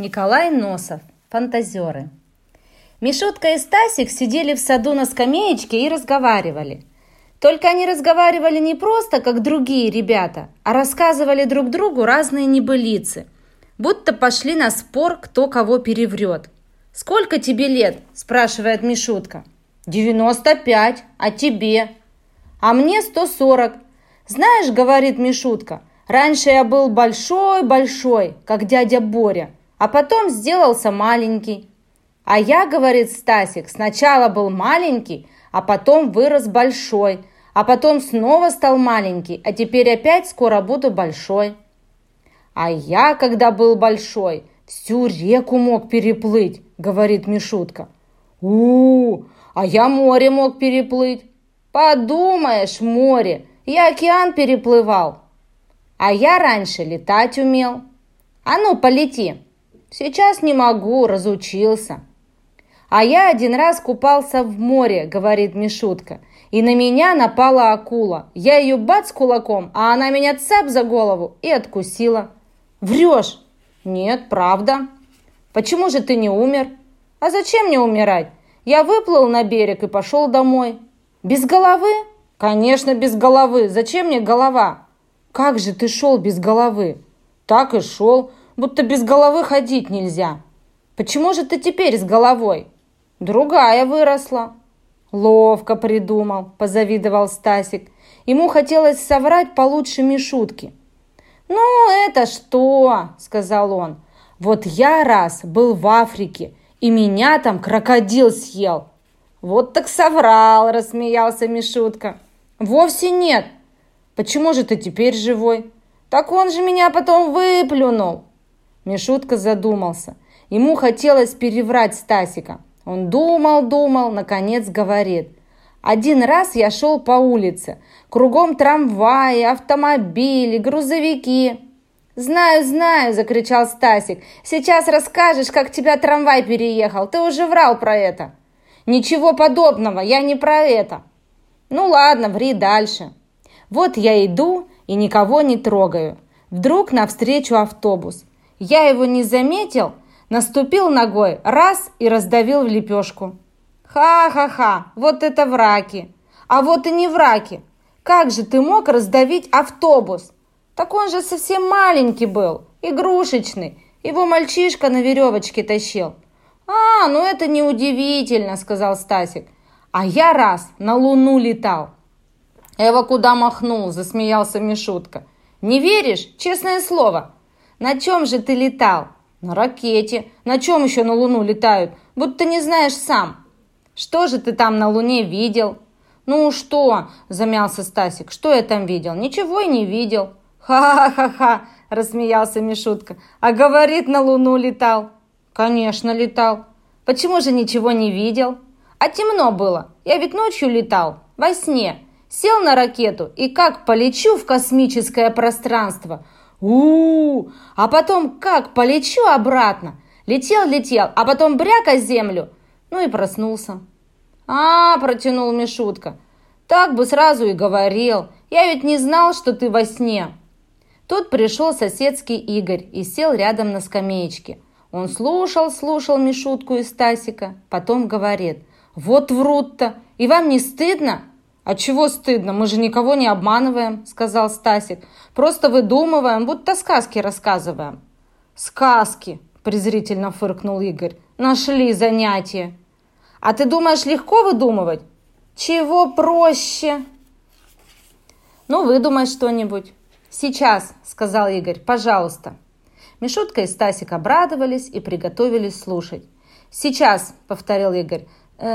Николай Носов. Фантазеры. Мишутка и Стасик сидели в саду на скамеечке и разговаривали. Только они разговаривали не просто, как другие ребята, а рассказывали друг другу разные небылицы, будто пошли на спор, кто кого переврет. «Сколько тебе лет?» – спрашивает Мишутка. 95, а тебе? А мне 140. Знаешь, говорит Мишутка, раньше я был большой-большой, как дядя Боря, а потом сделался маленький. А я, говорит Стасик, сначала был маленький, а потом вырос большой, а потом снова стал маленький, а теперь опять скоро буду большой. А я, когда был большой, всю реку мог переплыть, говорит Мишутка. А я море мог переплыть. Подумаешь, море, я океан переплывал. А я раньше летать умел. А ну, полети. Сейчас не могу, разучился. А я один раз купался в море, говорит Мишутка, и на меня напала акула. Я ее бац кулаком, а она меня цап за голову и откусила. Врешь? Нет, правда. Почему же ты не умер? А зачем мне умирать? Я выплыл на берег и пошел домой. Без головы? Конечно, без головы. Зачем мне голова? Как же ты шел без головы? Так и шел, будто без головы ходить нельзя. Почему же ты теперь с головой? Другая выросла. Ловко придумал, позавидовал Стасик. Ему хотелось соврать получше Мишутки. Ну, это что? Сказал он. Вот я раз был в Африке, и меня там крокодил съел. Вот так соврал, рассмеялся Мишутка. Вовсе нет. Почему же ты теперь живой? Так он же меня потом выплюнул. Мишутка задумался. Ему хотелось переврать Стасика. Он думал, наконец говорит. Один раз я шел по улице. Кругом трамваи, автомобили, грузовики. «Знаю», – закричал Стасик. «Сейчас расскажешь, как тебя трамвай переехал. Ты уже врал про это». «Ничего подобного, я не про это». «Ну ладно, ври дальше». Вот я иду и никого не трогаю. Вдруг навстречу автобус. Я его не заметил, наступил ногой, раз и раздавил в лепешку. Ха-ха-ха, вот это враки. А вот и не враки. Как же ты мог раздавить автобус? Так он же совсем маленький был, игрушечный. Его мальчишка на веревочке тащил. Ну это неудивительно, сказал Стасик. А я раз на Луну летал. Эва куда махнул, засмеялся Мишутка. Не веришь? Честное слово. На чем же ты летал? На ракете. На чем еще на Луну летают? Будто не знаешь сам. Что же ты там на Луне видел? Ну что, замялся Стасик, что я там видел? Ничего и не видел. Ха-ха-ха, рассмеялся Мишутка. А говорит, на Луну летал. Конечно, летал. Почему же ничего не видел? А темно было. Я ведь ночью летал, во сне. Сел на ракету и как полечу в космическое пространство. А потом как полечу обратно. Летел, а потом бряк о землю. Ну и проснулся. Протянул Мишутка. Так бы сразу и говорил. Я ведь не знал, что ты во сне. Тут пришел соседский Игорь и сел рядом на скамеечке. Он слушал Мишутку и Стасика, потом говорит. Вот врут-то. И вам не стыдно? «А чего стыдно? Мы же никого не обманываем», — сказал Стасик. «Просто выдумываем, будто сказки рассказываем». «Сказки», — презрительно фыркнул Игорь. «Нашли занятие». «А ты думаешь, легко выдумывать?» «Чего проще?» «Ну, выдумай что-нибудь». «Сейчас», — сказал Игорь, — «пожалуйста». Мишутка и Стасик обрадовались и приготовились слушать. «Сейчас», — повторил Игорь.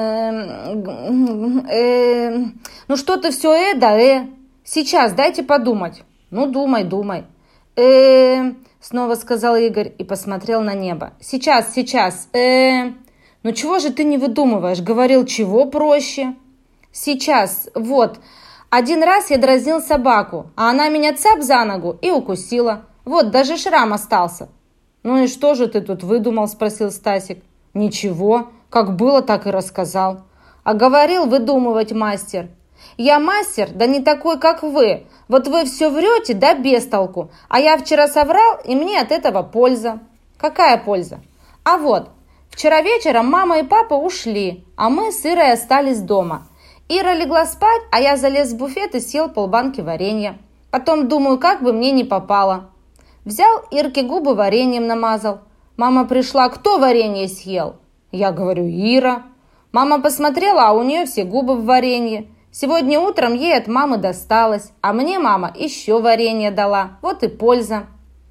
Ну что ты все да. Сейчас, дайте подумать. Ну, думай. Снова сказал Игорь и посмотрел на небо. Сейчас. Ну чего же ты не выдумываешь? Говорил, чего проще? Сейчас, вот. Один раз я дразнил собаку, а она меня цап за ногу и укусила. Вот, даже шрам остался. Ну и что же ты тут выдумал? Спросил Стасик. Ничего. Как было, так и рассказал. А говорил выдумывать мастер. Я мастер, да не такой, как вы. Вот вы все врете, да без толку. А я вчера соврал, и мне от этого польза. Какая польза? А вот, вчера вечером мама и папа ушли, а мы с Ирой остались дома. Ира легла спать, а я залез в буфет и съел полбанки варенья. Потом думаю, как бы мне не попало. Взял Ирке губы вареньем намазал. Мама пришла, кто варенье съел? Я говорю, Ира. Мама посмотрела, а у нее все губы в варенье. Сегодня утром ей от мамы досталось, а мне мама еще варенье дала. Вот и польза.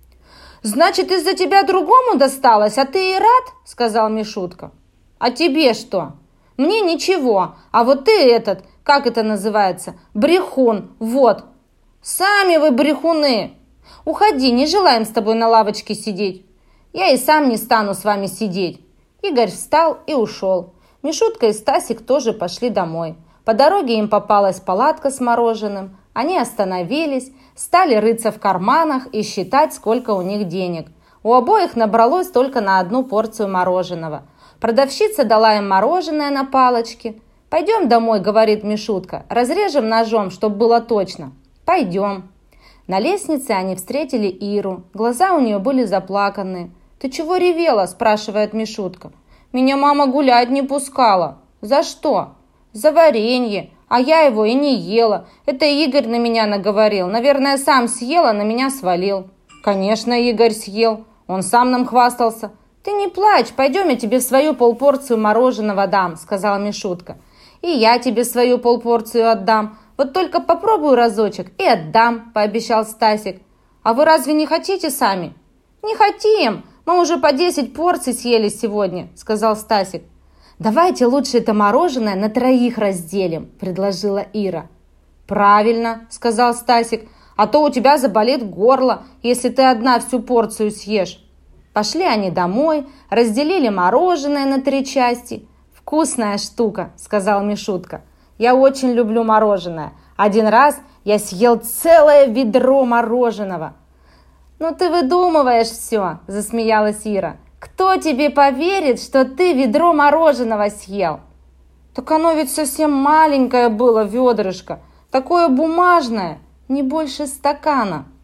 «Значит, из-за тебя другому досталось, а ты и рад?» – сказал Мишутка. «А тебе что?» «Мне ничего, а вот ты этот, как это называется, брехун, вот». «Сами вы брехуны! Уходи, не желаем с тобой на лавочке сидеть». «Я и сам не стану с вами сидеть». Игорь встал и ушел. Мишутка и Стасик тоже пошли домой. По дороге им попалась палатка с мороженым. Они остановились, стали рыться в карманах и считать, сколько у них денег. У обоих набралось только на одну порцию мороженого. Продавщица дала им мороженое на палочке. «Пойдем домой», — говорит Мишутка, — «разрежем ножом, чтобы было точно». «Пойдем». На лестнице они встретили Иру. Глаза у нее были заплаканные. «Ты чего ревела?» – спрашивает Мишутка. «Меня мама гулять не пускала». «За что?» «За варенье. А я его и не ела. Это Игорь на меня наговорил. Наверное, сам съел, а на меня свалил». «Конечно, Игорь съел. Он сам нам хвастался». «Ты не плачь, пойдем, я тебе свою полпорцию мороженого дам», – сказала Мишутка. «И я тебе свою полпорцию отдам. Вот только попробую разочек и отдам», – пообещал Стасик. «А вы разве не хотите сами?» «Не хотим. Мы уже по 10 порций съели сегодня», – сказал Стасик. «Давайте лучше это мороженое на 3 разделим», – предложила Ира. «Правильно», – сказал Стасик, – «а то у тебя заболит горло, если ты одна всю порцию съешь». Пошли они домой, разделили мороженое на 3 части. «Вкусная штука», – сказал Мишутка. «Я очень люблю мороженое. Один раз я съел целое ведро мороженого». «Ну ты выдумываешь все», – засмеялась Ира. «Кто тебе поверит, что ты ведро мороженого съел?» «Так оно ведь совсем маленькое было ведрышко, такое бумажное, не больше стакана».